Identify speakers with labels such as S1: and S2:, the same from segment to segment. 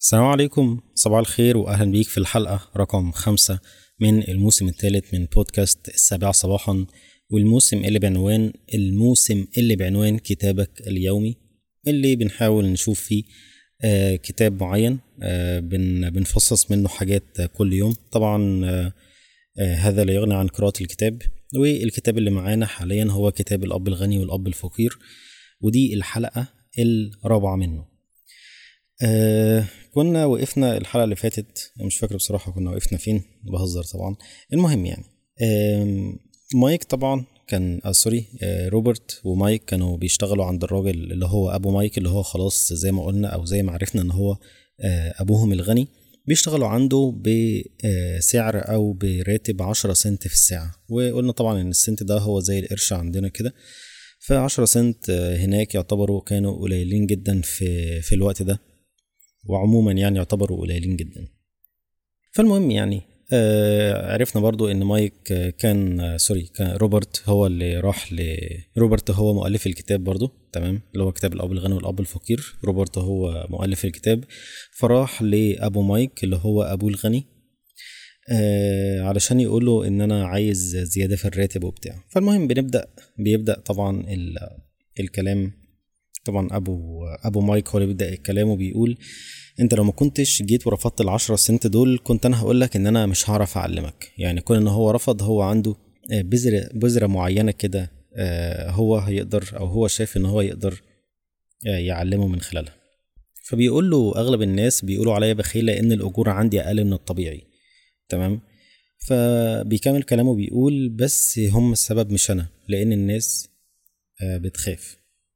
S1: السلام عليكم، صباح الخير وأهلا بيك في الحلقة رقم 5 من الموسم الثالث من بودكاست 7 صباحا، والموسم اللي بعنوان كتابك اليومي، اللي بنحاول نشوف فيه كتاب معين، بنفصص منه حاجات كل يوم. طبعا هذا لا يغني عن قراءة الكتاب. والكتاب اللي معانا حاليا هو كتاب الأب الغني والأب الفقير، ودي الحلقة الرابعة منه. كنا وقفنا الحلقة اللي فاتت، مش فاكر بصراحة كنا وقفنا فين، بهزر طبعا. المهم يعني مايك طبعا كان روبرت ومايك كانوا بيشتغلوا عند الراجل اللي هو أبو مايك، اللي هو خلاص زي ما قلنا أو زي ما عرفنا إن هو أبوهم الغني. بيشتغلوا عنده بسعر أو براتب 10 سنت في الساعة، وقلنا طبعا إن السنت ده هو زي القرش عندنا كده. ف10 سنت هناك يعتبروا كانوا قليلين جدا في الوقت ده، وعموما يعني يعتبروا قليلين جدا. فالمهم يعني عرفنا برضو ان مايك كان روبرت هو اللي راح روبرت هو مؤلف الكتاب برضو، تمام، اللي هو كتاب الأب الغني والأب الفقير. روبرت هو مؤلف الكتاب، فراح لأبو مايك اللي هو أبوه الغني علشان يقوله ان انا عايز زيادة في الراتب وبتاع. فالمهم بيبدأ طبعا الكلام. طبعا ابو مايك هو اللي بيبدأ الكلام وبيقول: انت لو ما كنتش جيت ورفضت ال10 سنت دول، كنت انا هقولك ان انا مش هعرف اعلمك. يعني كون ان هو رفض، هو عنده بذرة معينة كده، هو هيقدر، او هو شايف ان هو يقدر يعلمه من خلالها. فبيقول له: اغلب الناس بيقولوا عليا بخيل لان الاجور عندي اقل من الطبيعي، تمام. فبيكمل كلامه بيقول: بس هم السبب مش انا، لان الناس بتخاف.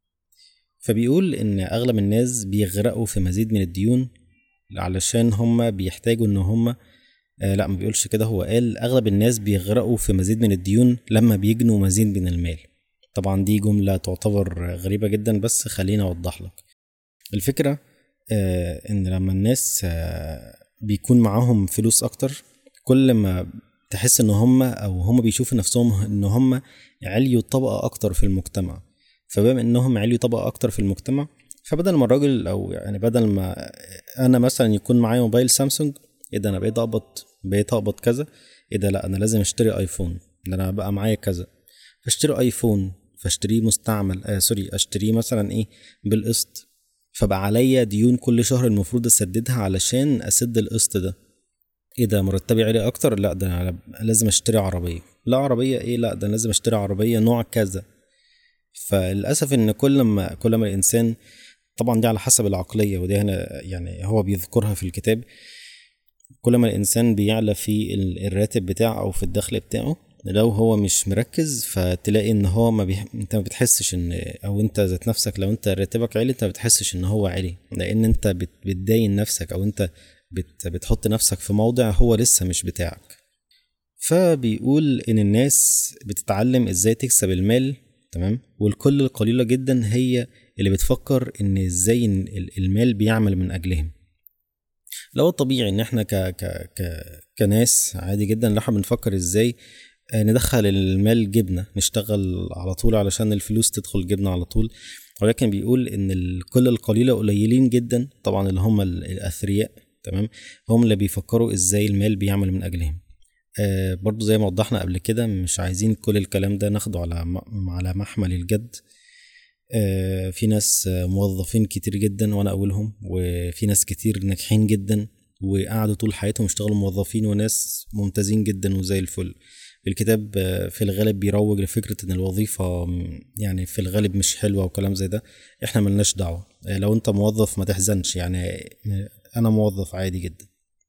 S1: فبيقول ان اغلب الناس بيغرقوا في مزيد من الديون علشان هم بيحتاجوا ان هم لا، ما بيقولش كده، هو قال اغلب الناس بيغرقوا في مزيد من الديون لما بيجنوا مزيد من المال. طبعا دي جملة تعتبر غريبة جدا، بس خليني اوضح لك الفكرة. ان لما الناس بيكون معاهم فلوس اكتر، كل ما تحس ان هم بيشوفوا نفسهم ان هم عليوا طبقة اكتر في المجتمع. فبما انهم عليوا طبقة اكتر في المجتمع، فبدل ما الراجل، او يعني بدل ما انا مثلا يكون معايا موبايل سامسونج، ايه ده انا بقيت اقبض كذا، ايه ده لا انا لازم اشتري ايفون، ده انا بقى معايا كذا، فاشتري ايفون، فاشتريه مستعمل، اشتريه مثلا ايه بالقسط، فبقى عليا ديون كل شهر المفروض اسددها علشان اسد القسط ده. ايه ده مرتبي عالي اكتر، لا ده انا لازم اشتري عربيه، لا عربيه ايه، لا ده انا لازم اشتري عربيه نوع كذا. فللاسف ان كل ما الانسان، طبعا دي على حسب العقليه، ودي هنا يعني هو بيذكرها في الكتاب، كل ما الانسان بيعلى في الراتب بتاعه او في الدخل بتاعه، لو هو مش مركز فتلاقي ان هو انت ما بتحسش ان، او انت ذات نفسك لو انت راتبك عالي انت ما بتحسش ان هو عالي، لان انت بتداين نفسك، او انت بتحط نفسك في موضع هو لسه مش بتاعك. فبيقول ان الناس بتتعلم ازاي تكسب المال، تمام، والكل القليلة جدا هي اللي بتفكر ان ازاي إن المال بيعمل من اجلهم. لو الطبيعي ان احنا كناس عادي جدا، اللي احنا بنفكر ازاي ندخل المال جبنة، نشتغل على طول علشان الفلوس تدخل جبنة على طول. ولكن بيقول ان الكل القليلة قليلين جدا طبعا، اللي هم الاثرياء، تمام، هم اللي بيفكروا ازاي المال بيعمل من اجلهم. برضو زي ما وضحنا قبل كده، مش عايزين كل الكلام ده ناخده على محمل الجد. في ناس موظفين كتير جدا وانا اولهم، وفي ناس كتير ناجحين جدا وقعدوا طول حياتهم يشتغلوا موظفين، وناس ممتازين جدا وزي الفل. الكتاب في الغالب بيروج لفكرة ان الوظيفة يعني في الغالب مش حلوة وكلام زي ده. احنا ملناش دعوة، لو انت موظف ما تحزنش، يعني انا موظف عادي جدا.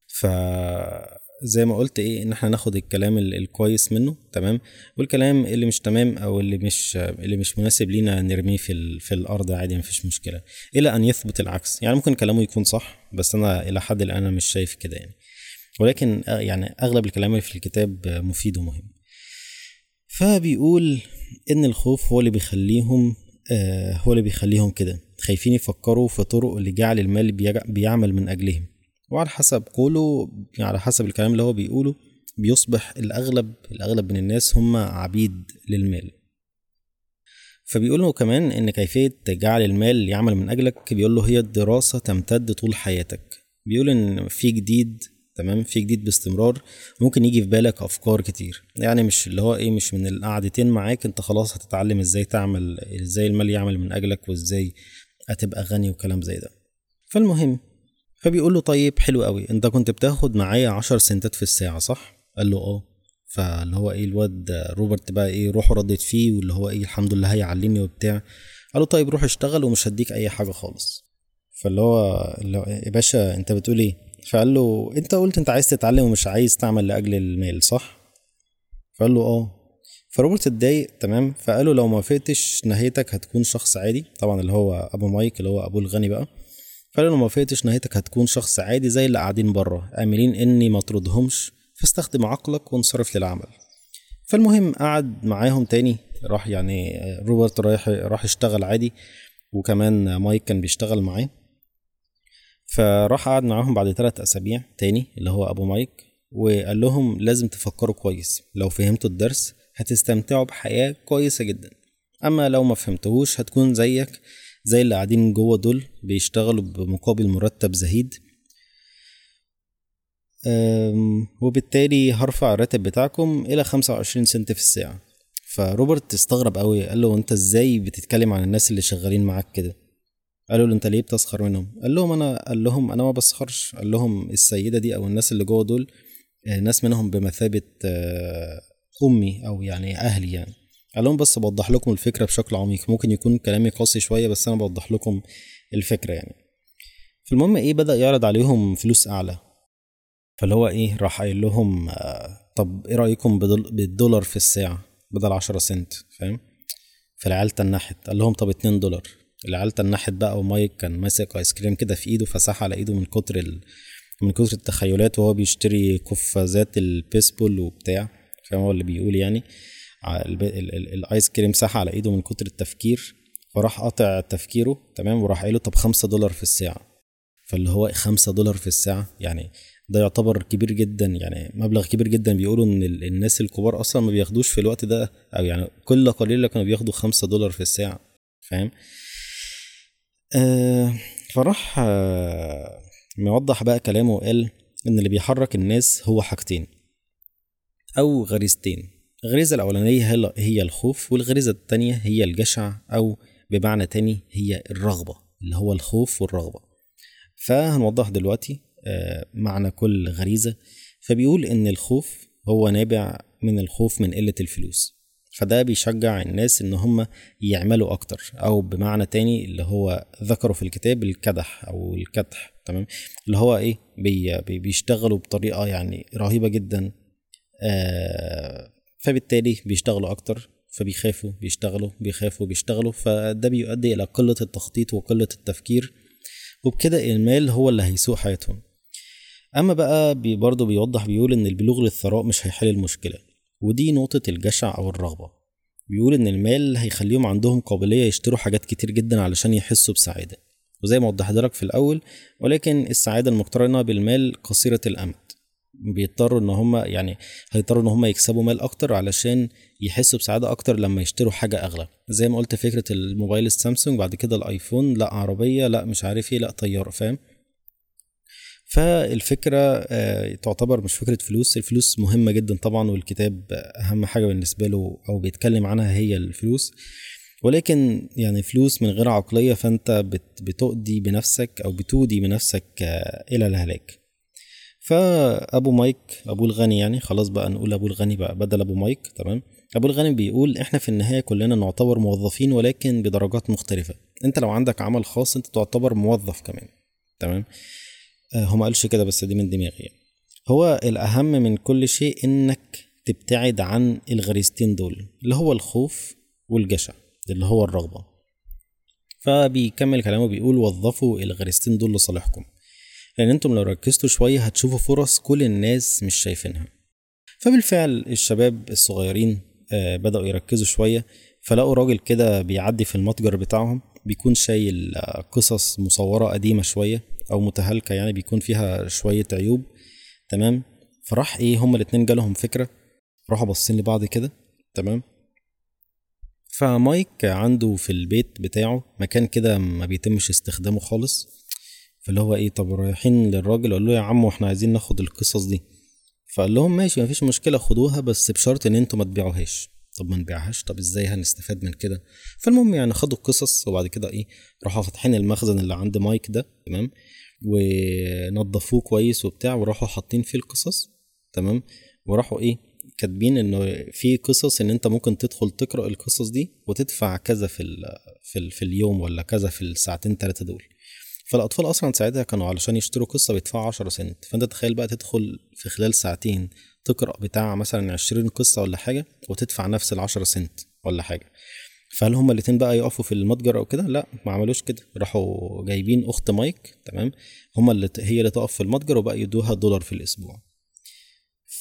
S1: فزي ما قلت ايه، ان احنا ناخد الكلام الكويس منه، تمام، والكلام اللي مش تمام او اللي مش مناسب لينا نرميه في الارض عادي، مفيش مشكله، الى ان يثبت العكس. يعني ممكن كلامه يكون صح، بس انا الى حد الان انا مش شايف كده يعني. ولكن يعني اغلب الكلام اللي في الكتاب مفيد ومهم. فبيقول ان الخوف هو اللي بيخليهم كده خايفين يفكروا في طرق لجعل المال بيعمل من اجلهم. وعلى حسب قوله، على حسب الكلام اللي هو بيقوله، بيصبح الأغلب من الناس هم عبيد للمال. فبيقول له كمان إن كيفية جعل المال يعمل من أجلك، بيقول له هي الدراسة تمتد طول حياتك، بيقول ان في جديد، تمام، في جديد باستمرار، ممكن يجي في بالك افكار كتير، يعني مش اللي هو ايه، مش من القعدتين معاك انت خلاص هتتعلم ازاي تعمل، ازاي المال يعمل من اجلك، وازاي هتبقى غني وكلام زي ده. فالمهم، فبيقول له طيب حلو قوي، انت كنت بتاخد معايا 10 سنتات في الساعة صح؟ قال له اه. فاللي هو ايه الواد روبرت بقى ايه روحه ردت فيه، واللي هو ايه الحمد لله هيعلمني وبتاع. قال له طيب روح اشتغل ومش هديك اي حاجة خالص. اللي هو يا باشا انت بتقول ايه؟ فقال له انت قلت انت عايز تتعلم ومش عايز تعمل لاجل المال صح؟ فقال له اه. فروبرت اتضايق، تمام، فقال له لو ما وافقتش نهايتك هتكون شخص عادي، طبعا اللي هو ابو مايك اللي هو ابوه الغني بقى. فقال له لو ما وافقتش نهايتك هتكون شخص عادي زي اللي قاعدين بره املين اني ما اطردهمش، فاستخدم عقلك وانصرف للعمل. فالمهم قعد معاهم تاني، راح يعني روبرت راح اشتغل عادي، وكمان مايك كان بيشتغل معاه. فراح قعد معاهم بعد 3 أسابيع تاني اللي هو أبو مايك، وقال لهم لازم تفكروا كويس، لو فهمتوا الدرس هتستمتعوا بحياة كويسة جدا، أما لو ما فهمتوهوش هتكون زيك زي اللي قاعدين جوه دول بيشتغلوا بمقابل مرتب زهيد. وبالتالي هرفع الراتب بتاعكم إلى 25 سنت في الساعة. فروبرت استغرب قوي، قال له انت ازاي بتتكلم عن الناس اللي شغالين معاك كده؟ قالوا له انت ليه بتسخر منهم؟ قال لهم انا ما بسخرش. قال لهم السيده دي او الناس اللي جوه دول ناس منهم بمثابه امي او يعني اهلي يعني. قال لهم بس بوضح لكم الفكره بشكل عميق، ممكن يكون كلامي قاسي شويه بس انا بوضح لكم الفكره يعني. فالمهم ايه، بدا يعرض عليهم فلوس اعلى. فاللي هو ايه راح قايل لهم طب ايه رايكم بالدولار في الساعه بدل 10 سنت، فاهم؟ فالعيال تنحت، قال لهم طب $2. العيال تنحت بقى، ومايك كان ماسك ايس كريم كده في ايده فسح على ايده من كتر التخيلات وهو بيشتري قفازات البيسبول وبتاع، فاهم هو اللي بيقول يعني. الايس كريم سح على ايده من كتر التفكير، فراح قاطع تفكيره، تمام، وراح قايله طب $5 في الساعة. فاللي هو $5 في الساعة يعني ده يعتبر كبير جدا، يعني مبلغ كبير جدا. بيقولوا ان الناس الكبار اصلا ما بياخدوش في الوقت ده، او يعني كل قليل كانوا بياخدوا $5 في الساعة، فاهم؟ فراح موضح بقى كلامه وقال ان اللي بيحرك الناس هو حاجتين او غريزتين. الغريزة الاولانية هي الخوف، والغريزة التانية هي الجشع، او بمعنى تاني هي الرغبة، اللي هو الخوف والرغبة. فهنوضح دلوقتي معنى كل غريزة. فبيقول إن الخوف هو نابع من الخوف من قلة الفلوس، فده بيشجع الناس إن هم يعملوا أكتر، أو بمعنى تاني اللي هو ذكروا في الكتاب الكدح أو الكدح، تمام، اللي هو إيه بيشتغلوا بطريقة يعني رهيبة جدا. فبالتالي بيشتغلوا أكتر، فبيخافوا بيخافوا بيشتغلوا، فده بيؤدي إلى قلة التخطيط وقلة التفكير، وبكده المال هو اللي هيسوق حياتهم. اما بقى برضه بيوضح، بيقول ان البلوغ للثراء مش هيحل المشكله، ودي نقطه الجشع او الرغبه. بيقول ان المال هيخليهم عندهم قابليه يشتروا حاجات كتير جدا علشان يحسوا بسعاده، وزي ما وضحت لك في الاول، ولكن السعاده المقترنه بالمال قصيره الامد. بيضطروا ان هم يعني هيضطروا ان هم يكسبوا مال اكتر علشان يحسوا بسعاده اكتر لما يشتروا حاجه اغلى، زي ما قلت فكره الموبايل السامسونج، بعد كده الايفون، لا عربيه، لا مش عارف ايه، لا طياره، فاهم؟ فالفكره تعتبر مش فكره فلوس. الفلوس مهمه جدا طبعا، والكتاب اهم حاجه بالنسبه له او بيتكلم عنها هي الفلوس، ولكن يعني فلوس من غير عقليه فانت بتؤدي بنفسك او بتودي بنفسك الى الهلاك. فابو مايك ابو الغني، يعني خلاص بقى نقول ابو الغني بقى بدل ابو مايك، تمام. ابو الغني بيقول احنا في النهايه كلنا نعتبر موظفين، ولكن بدرجات مختلفه. انت لو عندك عمل خاص انت تعتبر موظف كمان، تمام. هو ما قالش كده بس دي من دماغي يعني. هو الاهم من كل شيء انك تبتعد عن الغريزتين دول، اللي هو الخوف والجشع اللي هو الرغبه. فبيكمل كلامه بيقول وظفوا الغريزتين دول لصالحكم، لان انتم لو ركزتوا شوية هتشوفوا فرص كل الناس مش شايفينها. فبالفعل الشباب الصغيرين بدأوا يركزوا شوية، فلقوا راجل كده بيعدي في المتجر بتاعهم، بيكون شايل قصص مصورة قديمة شوية او متهالكة، يعني بيكون فيها شوية عيوب، تمام. فراح ايه هما الاتنين جالهم فكرة، راحوا باصين لبعض كده، تمام. فمايك عنده في البيت بتاعه مكان كده ما بيتمش استخدامه خالص، فاللي هو ايه، طب رايحين للراجل قال له يا عم احنا عايزين ناخد القصص دي، فقال لهم ماشي مفيش مشكله خدوها بس بشرط ان انتوا ما تبيعوهاش. طب ما نبيعهاش، طب ازاي هنستفاد من كده؟ فالمهم يعني خدوا القصص، وبعد كده ايه، راحوا فاتحين المخزن اللي عند مايك ده، تمام، ونضفوه كويس وبتاع، وراحوا حاطين فيه القصص، تمام، وراحوا ايه، كاتبين انه في قصص ان انت ممكن تدخل تقرا القصص دي وتدفع كذا في اليوم، ولا كذا في الساعتين 3 دول. فالاطفال اصلا ساعتها كانوا علشان يشتروا قصه بيدفعوا 10 سنت، فانت تخيل بقى تدخل في خلال ساعتين تقرا بتاع مثلا 20 قصه ولا حاجه، وتدفع نفس ال10 سنت ولا حاجه. فهل هما الاتنين بقى يقفوا في المتجر او كده؟ لا، ما عملوش كده، راحوا جايبين اخت مايك، تمام، هما اللي هي اللي تقف في المتجر، وبقى يدوها $1 في الاسبوع. ف...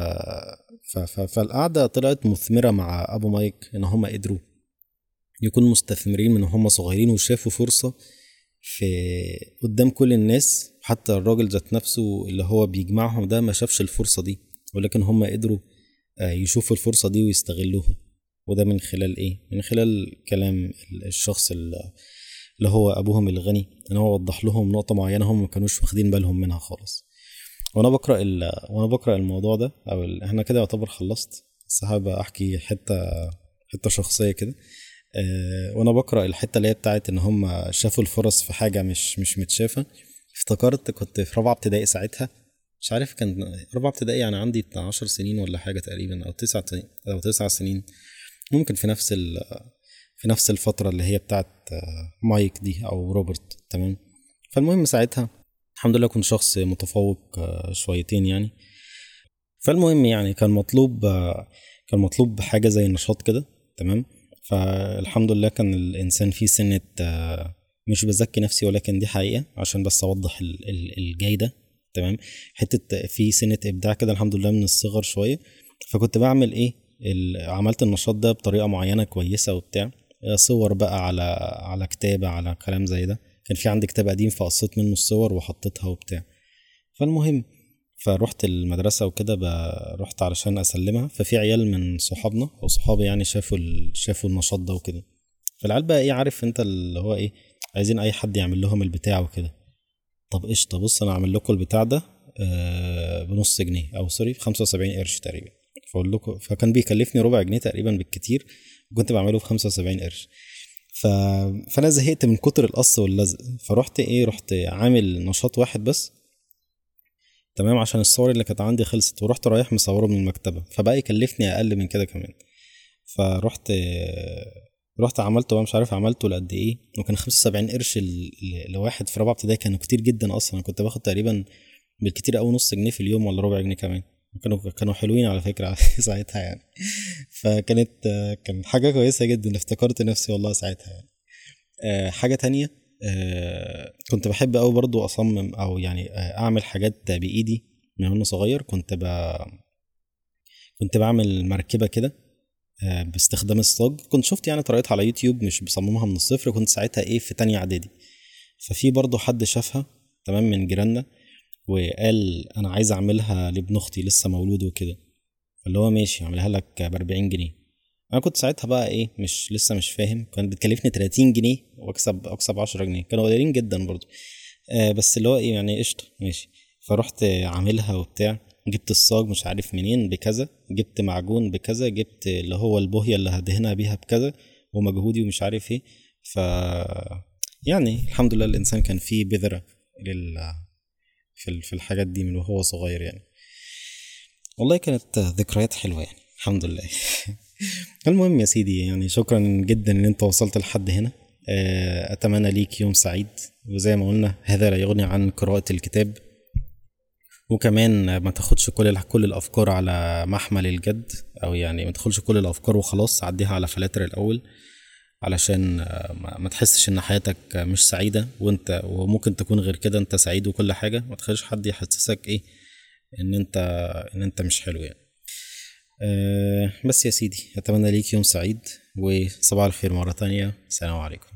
S1: فالقعده طلعت مثمره مع ابو مايك، ان هما قدروا يكونوا مستثمرين من هم صغيرين، وشافوا فرصة في قدام كل الناس. حتى الراجل ذات نفسه اللي هو بيجمعهم ده ما شافش الفرصة دي، ولكن هم قدروا يشوفوا الفرصة دي ويستغلوها. وده من خلال ايه، من خلال كلام الشخص اللي هو ابوهم الغني، ان هو وضح لهم نقطة معينة هم ما كانوش واخدين بالهم منها خالص. وانا بقرا الموضوع ده، احنا كده يعتبر خلصت، بس حابب احكي حته شخصيه كده. وانا بقرا الحته اللي هي بتاعت ان هم شافوا الفرص في حاجه مش متشافه، افتكرت كنت في رابعه ابتدائي ساعتها، مش عارف كان رابعه ابتدائي يعني عندي 12 سنين ولا حاجه تقريبا، او 9 سنين، ممكن في نفس الفتره اللي هي بتاعت مايك دي او روبرت، تمام. فالمهم ساعتها الحمد لله كنت شخص متفوق شويتين يعني. فالمهم يعني كان مطلوب حاجة زي نشاط كده، تمام. فالحمد لله كان الإنسان فيه سنة مش بزكي نفسي، ولكن دي حقيقة عشان بس أوضح الجاي ده، تمام. حتة في سنة إبداع كده الحمد لله من الصغر شوية. فكنت بعمل إيه، عملت النشاط ده بطريقة معينة كويسة وبتاع، صور بقى على كتابة، على كلام زي ده. كان في عندي كتاب قديم فقصيت منه الصور وحطيتها وبتاع. فالمهم فروحت المدرسة وكده، رحت علشان أسلمها، ففي عيال من صحابنا أو صحابي يعني شافوا النشاط ده وكده. فالعيال بقى إيه، عارف أنت اللي هو إيه، عايزين أي حد يعمل لهم البتاع وكده. طب قشطة، بص أنا أعمل لكم البتاع ده بنص جنيه، أو سوري ب75 قرش تقريبا. فأقول لكم، فكان بيكلفني ربع جنيه تقريبا بالكتير، وكنت بعمله ب75 قرش. ف... فأنا زهقت من كتر القص واللزق، رحت عامل نشاط واحد بس، تمام، عشان الصور اللي كانت عندي خلصت، ورحت رايح مصوره من المكتبة، فبقى يكلفني أقل من كده كمان. فرحت عملته بقى، مش عارف عملته لقد ايه، وكان 75 قرش لواحد في رابعة ابتدائي، كانوا كتير جدا اصلا. انا كنت باخد تقريبا بالكتير قوي نص جنيه في اليوم، ولا ربع جنيه كمان. كانوا حلوين على فكرة ساعتها يعني. كان حاجة كويسة جدا، افتكرت نفسي والله ساعتها يعني. حاجة تانية، كنت بحب قوي برضو اصمم، او يعني اعمل حاجات بايدي من وانا صغير. كنت بعمل مركبة كده باستخدام الصاج. كنت شفت يعني طريقتها على يوتيوب، مش بصممها من الصفر. كنت ساعتها ايه، في تانية اعدادي. ففي برضو حد شافها، تمام، من جيراننا، وقال انا عايز اعملها لابن اختي لسه مولود وكده. فاللي هو ماشي اعملها لك ب40 جنيه. انا كنت ساعتها بقى ايه، لسه مش فاهم، كان بتكلفني 30 جنيه واكسب 10 جنيه، كانوا قليلين جدا برضو. بس اللي هو ايه يعني، قشطه ماشي. فرحت عاملها وبتاع، جبت الصاج مش عارف منين بكذا، جبت معجون بكذا، جبت اللي هو البوهية اللي هدهنها بيها بكذا، ومجهودي ومش عارف ايه. ف يعني الحمد لله الانسان كان فيه بذرة لل في الحاجات دي من وهو صغير يعني. والله كانت ذكريات حلوة يعني، الحمد لله. المهم يا سيدي، يعني شكرا جدا ان انت وصلت لحد هنا. اتمنى ليك يوم سعيد، وزي ما قلنا هذا لا يغني عن قراءة الكتاب. وكمان ما تاخدش كل الافكار على محمل الجد، او يعني ما تاخدش كل الافكار وخلاص، عديها على فلاتر الاول، علشان ما تحسش ان حياتك مش سعيدة، وممكن تكون غير كده انت سعيد وكل حاجة. ما تخليش حد يحسسك ايه، ان انت مش حلو يعني. بس يا سيدي، اتمنى ليك يوم سعيد، وصباح الخير مرة تانية. السلام عليكم.